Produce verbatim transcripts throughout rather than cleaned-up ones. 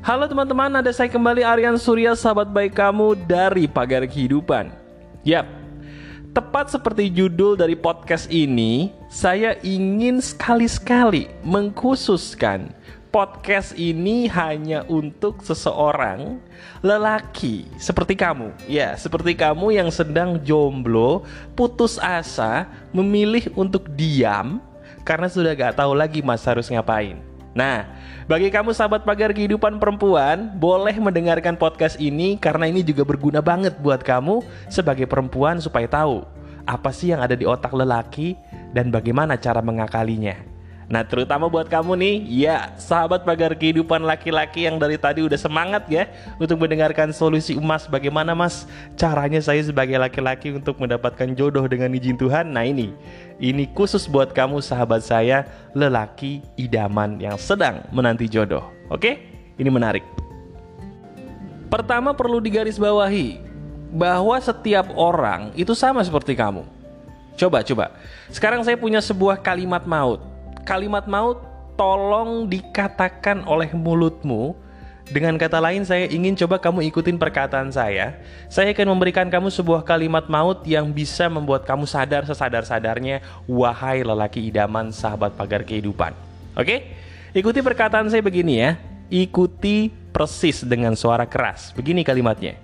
Halo teman-teman, ada saya kembali Aryan Surya, sahabat baik kamu dari Pagar Kehidupan. Yap, tepat seperti judul dari podcast ini, saya ingin sekali-sekali mengkhususkan podcast ini hanya untuk seseorang lelaki seperti kamu. Ya, seperti kamu yang sedang jomblo, putus asa, memilih untuk diam karena sudah gak tahu lagi mas harus ngapain. Nah, bagi kamu sahabat Pagar Kehidupan perempuan, boleh mendengarkan podcast ini karena ini juga berguna banget buat kamu sebagai perempuan supaya tahu apa sih yang ada di otak lelaki dan bagaimana cara mengakalinya. Nah, terutama buat kamu nih, ya sahabat Pagar Kehidupan laki-laki yang dari tadi udah semangat ya untuk mendengarkan solusi emas. Bagaimana mas caranya saya sebagai laki-laki untuk mendapatkan jodoh dengan izin Tuhan. Nah ini, ini khusus buat kamu sahabat saya lelaki idaman yang sedang menanti jodoh. Oke, ini menarik. Pertama perlu digarisbawahi bahwa setiap orang itu sama seperti kamu. Coba, coba. Sekarang saya punya sebuah kalimat maut. Kalimat maut tolong dikatakan oleh mulutmu. Dengan kata lain, saya ingin coba kamu ikutin perkataan saya. Saya akan memberikan kamu sebuah kalimat maut yang bisa membuat kamu sadar sesadar-sadarnya, wahai lelaki idaman sahabat Pagar Kehidupan. Oke? Ikuti perkataan saya begini ya. Ikuti persis dengan suara keras. Begini kalimatnya.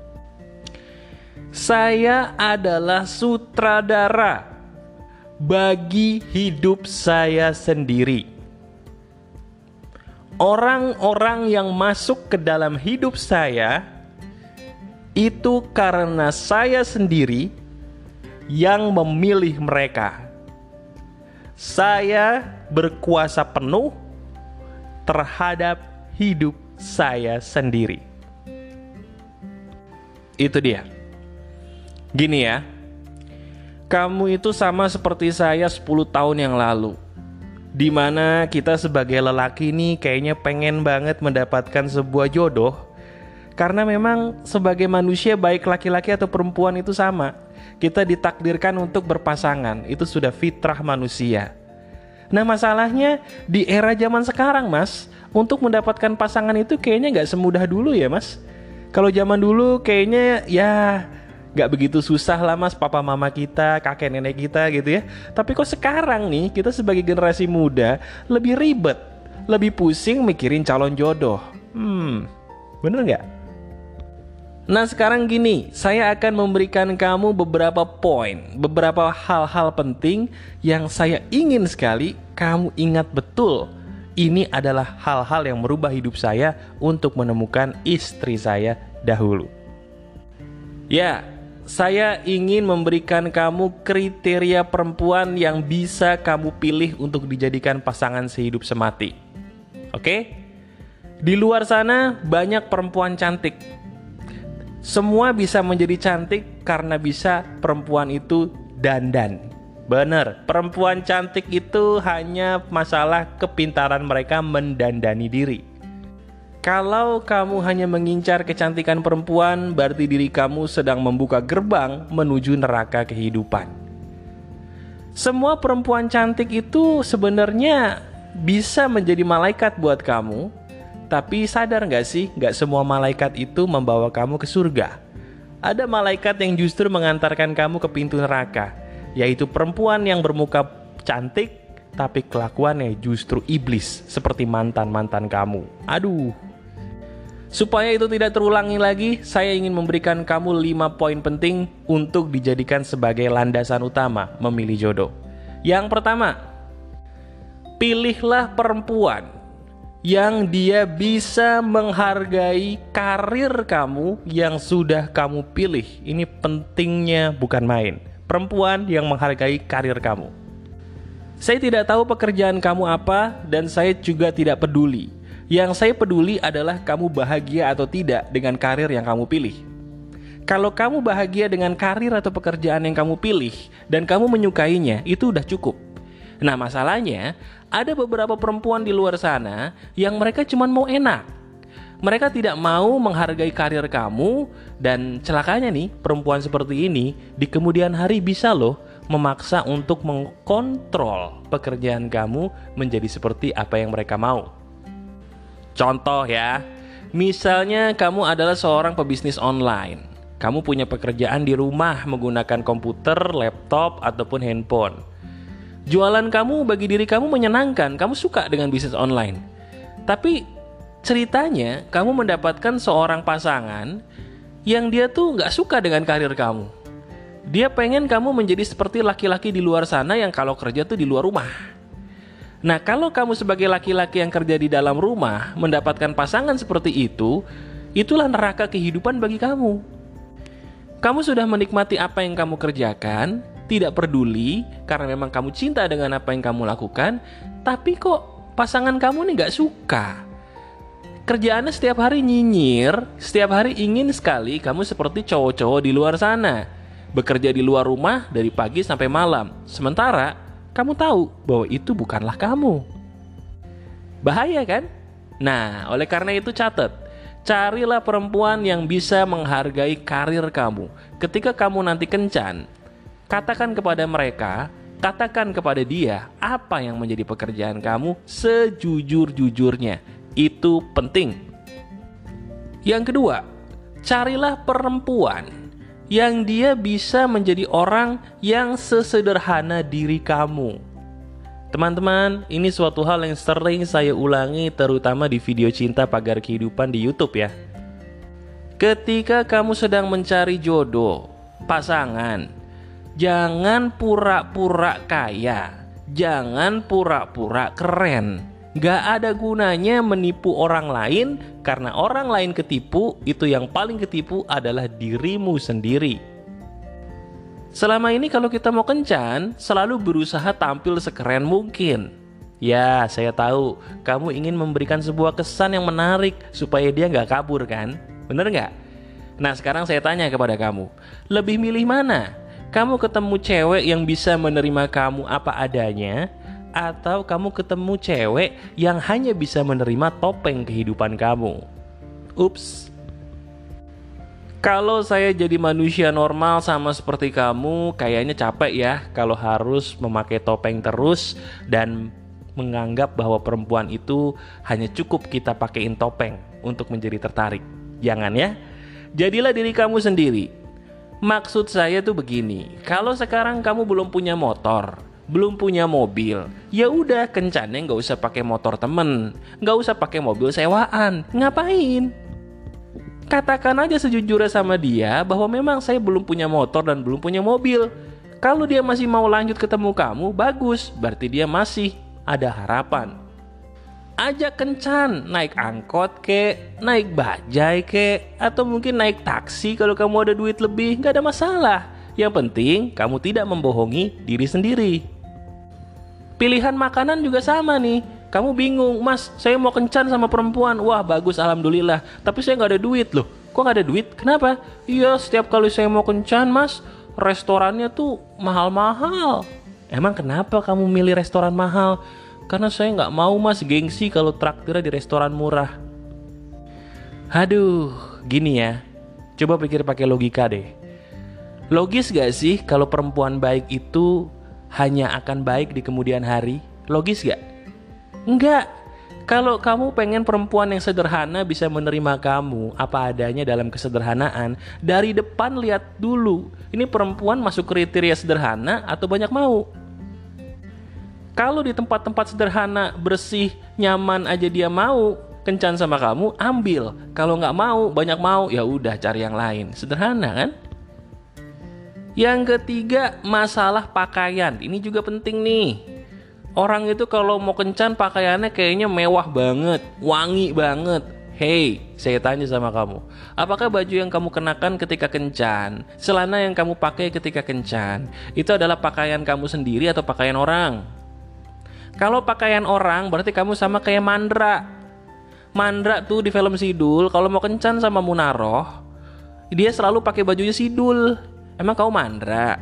Saya adalah sutradara bagi hidup saya sendiri. Orang-orang yang masuk ke dalam hidup saya itu karena saya sendiri yang memilih mereka. Saya berkuasa penuh terhadap hidup saya sendiri. Itu dia. Gini ya. Kamu itu sama seperti saya sepuluh tahun yang lalu, dimana kita sebagai lelaki nih kayaknya pengen banget mendapatkan sebuah jodoh. Karena memang sebagai manusia baik laki-laki atau perempuan itu sama, kita ditakdirkan untuk berpasangan. Itu sudah fitrah manusia. Nah masalahnya di era zaman sekarang mas, untuk mendapatkan pasangan itu kayaknya gak semudah dulu ya mas. Kalau zaman dulu kayaknya ya gak begitu susah lah mas, papa mama kita, kakek nenek kita gitu ya. Tapi kok sekarang nih kita sebagai generasi muda lebih ribet, lebih pusing mikirin calon jodoh. Hmm, bener gak? Nah sekarang gini, saya akan memberikan kamu beberapa poin, beberapa hal-hal penting yang saya ingin sekali kamu ingat betul. Ini adalah hal-hal yang merubah hidup saya untuk menemukan istri saya dahulu. Ya, saya ingin memberikan kamu kriteria perempuan yang bisa kamu pilih untuk dijadikan pasangan sehidup semati. Oke? Di luar sana banyak perempuan cantik. Semua bisa menjadi cantik karena bisa perempuan itu dandan. Bener, perempuan cantik itu hanya masalah kepintaran mereka mendandani diri. Kalau kamu hanya mengincar kecantikan perempuan, berarti diri kamu sedang membuka gerbang menuju neraka kehidupan. Semua perempuan cantik itu sebenarnya bisa menjadi malaikat buat kamu, tapi sadar gak sih, gak semua malaikat itu membawa kamu ke surga. Ada malaikat yang justru mengantarkan kamu ke pintu neraka, yaitu perempuan yang bermuka cantik, tapi kelakuannya justru iblis, seperti mantan-mantan kamu. Aduh. Supaya itu tidak terulangi lagi, saya ingin memberikan kamu lima poin penting untuk dijadikan sebagai landasan utama memilih jodoh. Yang pertama, pilihlah perempuan yang dia bisa menghargai karir kamu yang sudah kamu pilih. Ini pentingnya bukan main. Perempuan yang menghargai karir kamu. Saya tidak tahu pekerjaan kamu apa dan saya juga tidak peduli. Yang saya peduli adalah kamu bahagia atau tidak dengan karir yang kamu pilih. Kalau kamu bahagia dengan karir atau pekerjaan yang kamu pilih dan kamu menyukainya, itu udah cukup. Nah masalahnya, ada beberapa perempuan di luar sana yang mereka cuma mau enak. Mereka tidak mau menghargai karir kamu, dan celakanya nih, perempuan seperti ini di kemudian hari bisa loh memaksa untuk mengkontrol pekerjaan kamu menjadi seperti apa yang mereka mau. Contoh ya, Misalnya kamu adalah seorang pebisnis online. Kamu punya pekerjaan di rumah menggunakan komputer, laptop, ataupun handphone. Jualan kamu bagi diri kamu menyenangkan, kamu suka dengan bisnis online. Tapi ceritanya kamu mendapatkan seorang pasangan yang dia tuh gak suka dengan karir kamu. Dia pengen kamu menjadi seperti laki-laki di luar sana yang kalau kerja tuh di luar rumah. Nah, kalau kamu sebagai laki-laki yang kerja di dalam rumah mendapatkan pasangan seperti itu, itulah neraka kehidupan bagi kamu. Kamu sudah menikmati apa yang kamu kerjakan, tidak peduli karena memang kamu cinta dengan apa yang kamu lakukan, tapi kok pasangan kamu nih gak suka. Kerjaannya setiap hari nyinyir, setiap hari ingin sekali kamu seperti cowok-cowok di luar sana, bekerja di luar rumah dari pagi sampai malam. Sementara kamu tahu bahwa itu bukanlah kamu. Bahaya kan? Nah, oleh karena itu catat, carilah perempuan yang bisa menghargai karir kamu. Ketika kamu nanti kencan, katakan kepada mereka, katakan kepada dia apa yang menjadi pekerjaan kamu sejujur-jujurnya. Itu penting. Yang kedua, carilah perempuan yang dia bisa menjadi orang yang sesederhana diri kamu. Teman-teman, ini suatu hal yang sering saya ulangi terutama di video Cinta Pagar Kehidupan di YouTube ya. Ketika kamu sedang mencari jodoh, pasangan, jangan pura-pura kaya, jangan pura-pura keren. Gak ada gunanya menipu orang lain, karena orang lain ketipu, itu yang paling ketipu adalah dirimu sendiri. Selama ini kalau kita mau kencan, selalu berusaha tampil sekeren mungkin. Ya, saya tahu, kamu ingin memberikan sebuah kesan yang menarik, supaya dia gak kabur kan? Bener gak? Nah, sekarang saya tanya kepada kamu, lebih milih mana? Kamu ketemu cewek yang bisa menerima kamu apa adanya, atau kamu ketemu cewek yang hanya bisa menerima topeng kehidupan kamu? Ups. Kalau saya jadi manusia normal sama seperti kamu, kayaknya capek ya kalau harus memakai topeng terus dan menganggap bahwa perempuan itu hanya cukup kita pakein topeng untuk menjadi tertarik. Jangan ya. Jadilah diri kamu sendiri. Maksud saya tuh begini, kalau sekarang kamu belum punya motor, belum punya mobil, ya udah kencannya nggak usah pakai motor temen, nggak usah pakai mobil sewaan. Ngapain? Katakan aja sejujurnya sama dia bahwa memang saya belum punya motor dan belum punya mobil. Kalau dia masih mau lanjut ketemu kamu, bagus, berarti dia masih ada harapan. Ajak kencan, naik angkot kek, naik bajai kek, atau mungkin naik taksi kalau kamu ada duit lebih, nggak ada masalah. Yang penting kamu tidak membohongi diri sendiri. Pilihan makanan juga sama nih. Kamu bingung, mas saya mau kencan sama perempuan. Wah bagus alhamdulillah, tapi saya nggak ada duit loh. Kok nggak ada duit? Kenapa? Iya setiap kali saya mau kencan mas, restorannya tuh mahal-mahal. Emang kenapa kamu milih restoran mahal? Karena saya nggak mau mas, gengsi kalau traktirnya di restoran murah. Aduh, gini ya, coba pikir pakai logika deh. Logis gak sih kalau perempuan baik itu hanya akan baik di kemudian hari? Logis gak? Enggak. Kalau kamu pengen perempuan yang sederhana bisa menerima kamu apa adanya dalam kesederhanaan, dari depan lihat dulu, ini perempuan masuk kriteria sederhana atau banyak mau. Kalau di tempat-tempat sederhana, bersih, nyaman aja dia mau kencan sama kamu, ambil. Kalau nggak mau, banyak mau, ya udah cari yang lain. Sederhana kan? Yang ketiga, masalah pakaian. Ini juga penting nih. Orang itu kalau mau kencan pakaiannya kayaknya mewah banget, wangi banget. Hey, saya tanya sama kamu, apakah baju yang kamu kenakan ketika kencan, celana yang kamu pakai ketika kencan, itu adalah pakaian kamu sendiri atau pakaian orang? Kalau pakaian orang berarti kamu sama kayak Mandra. Mandra tuh di film Sidul, kalau mau kencan sama Munaroh, dia selalu pakai bajunya Sidul. Emang kamu Mandra?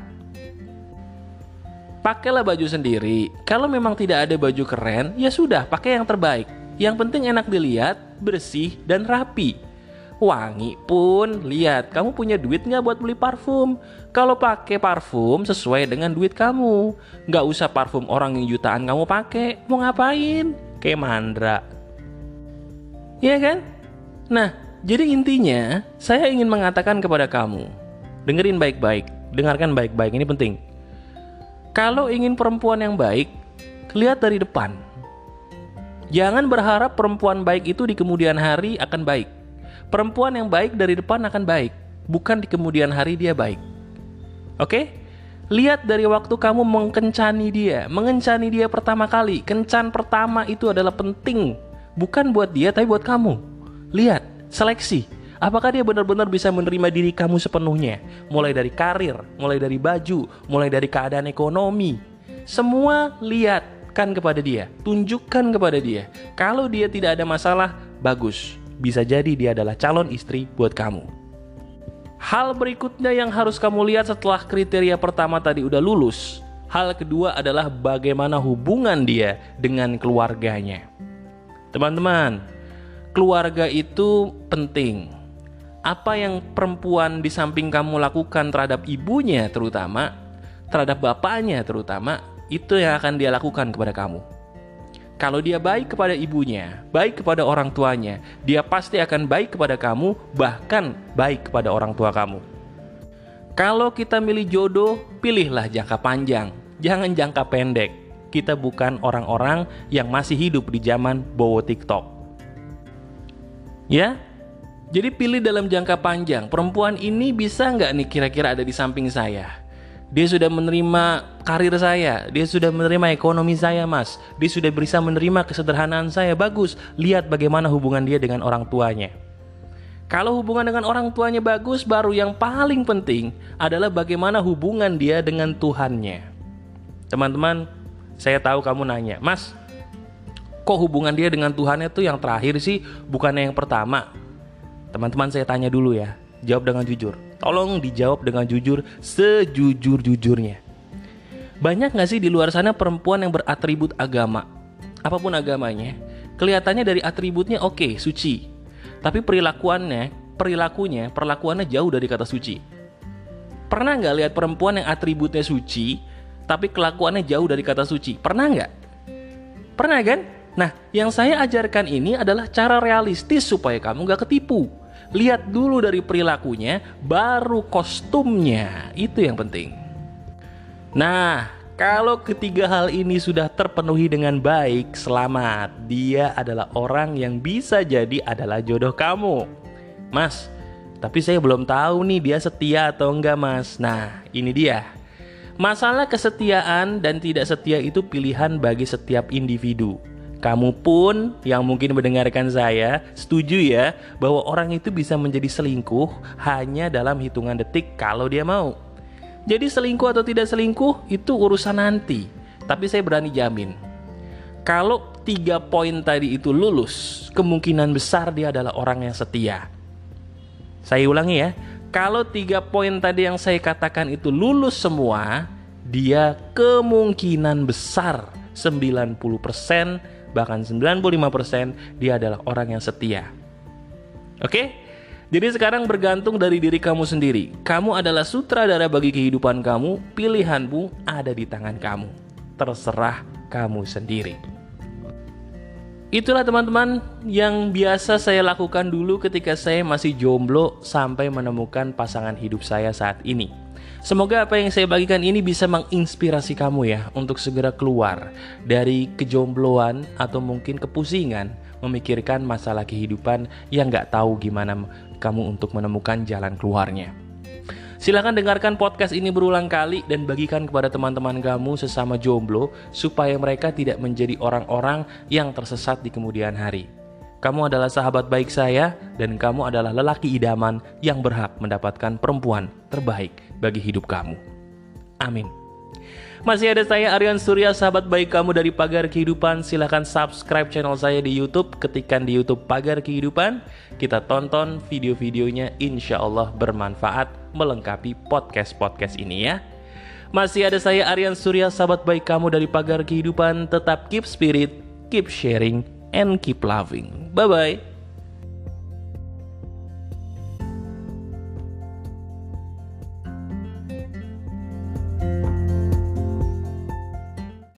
Pakailah baju sendiri. Kalau memang tidak ada baju keren, ya sudah, pakai yang terbaik. Yang penting enak dilihat, bersih, dan rapi. Wangi pun, lihat, kamu punya duit nggak buat beli parfum? Kalau pakai parfum sesuai dengan duit kamu. Nggak usah parfum orang yang jutaan kamu pakai. Mau ngapain? Kayak Mandra. Iya kan? Nah, jadi intinya saya ingin mengatakan kepada kamu, dengerin baik-baik, dengarkan baik-baik, ini penting. Kalau ingin perempuan yang baik, lihat dari depan. Jangan berharap perempuan baik itu di kemudian hari akan baik. Perempuan yang baik dari depan akan baik, bukan di kemudian hari dia baik. Oke? Lihat dari waktu kamu mengkencani dia, mengencani dia pertama kali. Kencan pertama itu adalah penting, bukan buat dia tapi buat kamu. Lihat, seleksi. Apakah dia benar-benar bisa menerima diri kamu sepenuhnya? Mulai dari karir, mulai dari baju, mulai dari keadaan ekonomi. Semua lihatkan kepada dia, tunjukkan kepada dia. Kalau dia tidak ada masalah, bagus. Bisa jadi dia adalah calon istri buat kamu. Hal berikutnya yang harus kamu lihat setelah kriteria pertama tadi udah lulus. Hal kedua adalah bagaimana hubungan dia dengan keluarganya. Teman-teman, keluarga itu penting. Apa yang perempuan di samping kamu lakukan terhadap ibunya terutama, terhadap bapaknya terutama, itu yang akan dia lakukan kepada kamu. Kalau dia baik kepada ibunya, baik kepada orang tuanya, dia pasti akan baik kepada kamu, bahkan baik kepada orang tua kamu. Kalau kita milih jodoh, pilihlah jangka panjang, jangan jangka pendek. Kita bukan orang-orang yang masih hidup di zaman bowo TikTok. Ya? Jadi pilih dalam jangka panjang. Perempuan ini bisa nggak nih kira-kira ada di samping saya? Dia sudah menerima karir saya, dia sudah menerima ekonomi saya, mas. Dia sudah bisa menerima kesederhanaan saya, bagus. Lihat bagaimana hubungan dia dengan orang tuanya. Kalau hubungan dengan orang tuanya bagus, baru yang paling penting adalah bagaimana hubungan dia dengan Tuhannya. Teman-teman, saya tahu kamu nanya, mas, kok hubungan dia dengan Tuhannya tuh yang terakhir sih, bukannya yang pertama? Teman-teman, saya tanya dulu ya, jawab dengan jujur. Tolong dijawab dengan jujur, sejujur-jujurnya. Banyak gak sih di luar sana perempuan yang beratribut agama? Apapun agamanya, kelihatannya dari atributnya oke, suci. Tapi perilakuannya, perilakunya, perlakuannya jauh dari kata suci. Pernah gak lihat perempuan yang atributnya suci, tapi kelakuannya jauh dari kata suci? Pernah gak? Pernah kan? Nah, yang saya ajarkan ini adalah cara realistis supaya kamu gak ketipu. Lihat dulu dari perilakunya, baru kostumnya. Itu yang penting. Nah, kalau ketiga hal ini sudah terpenuhi dengan baik, selamat. Dia adalah orang yang bisa jadi adalah jodoh kamu. Mas, tapi saya belum tahu nih dia setia atau enggak, mas. Nah, ini dia. Masalah kesetiaan dan tidak setia itu pilihan bagi setiap individu. Kamu pun yang mungkin mendengarkan saya, setuju ya bahwa orang itu bisa menjadi selingkuh hanya dalam hitungan detik kalau dia mau. Jadi selingkuh atau tidak selingkuh itu urusan nanti. Tapi saya berani jamin, kalau tiga poin tadi itu lulus, kemungkinan besar dia adalah orang yang setia. Saya ulangi ya, kalau tiga poin tadi yang saya katakan itu lulus semua, dia kemungkinan besar sembilan puluh persen bahkan sembilan puluh lima persen dia adalah orang yang setia. Oke? Jadi sekarang bergantung dari diri kamu sendiri. Kamu adalah sutradara bagi kehidupan kamu, pilihanmu ada di tangan kamu. Terserah kamu sendiri. Itulah teman-teman yang biasa saya lakukan dulu ketika saya masih jomblo sampai menemukan pasangan hidup saya saat ini. Semoga apa yang saya bagikan ini bisa menginspirasi kamu ya untuk segera keluar dari kejombloan atau mungkin kepusingan memikirkan masalah kehidupan yang gak tahu gimana kamu untuk menemukan jalan keluarnya. Silahkan dengarkan podcast ini berulang kali dan bagikan kepada teman-teman kamu sesama jomblo supaya mereka tidak menjadi orang-orang yang tersesat di kemudian hari. Kamu adalah sahabat baik saya dan kamu adalah lelaki idaman yang berhak mendapatkan perempuan terbaik bagi hidup kamu. Amin. Masih ada saya Aryan Surya, sahabat baik kamu dari Pagar Kehidupan. Silahkan subscribe channel saya di YouTube, ketikkan di YouTube Pagar Kehidupan. Kita tonton video-videonya, insya Allah bermanfaat melengkapi podcast-podcast ini ya. Masih ada saya Aryan Surya, sahabat baik kamu dari Pagar Kehidupan. Tetap keep spirit, keep sharing, and keep loving. Bye-bye.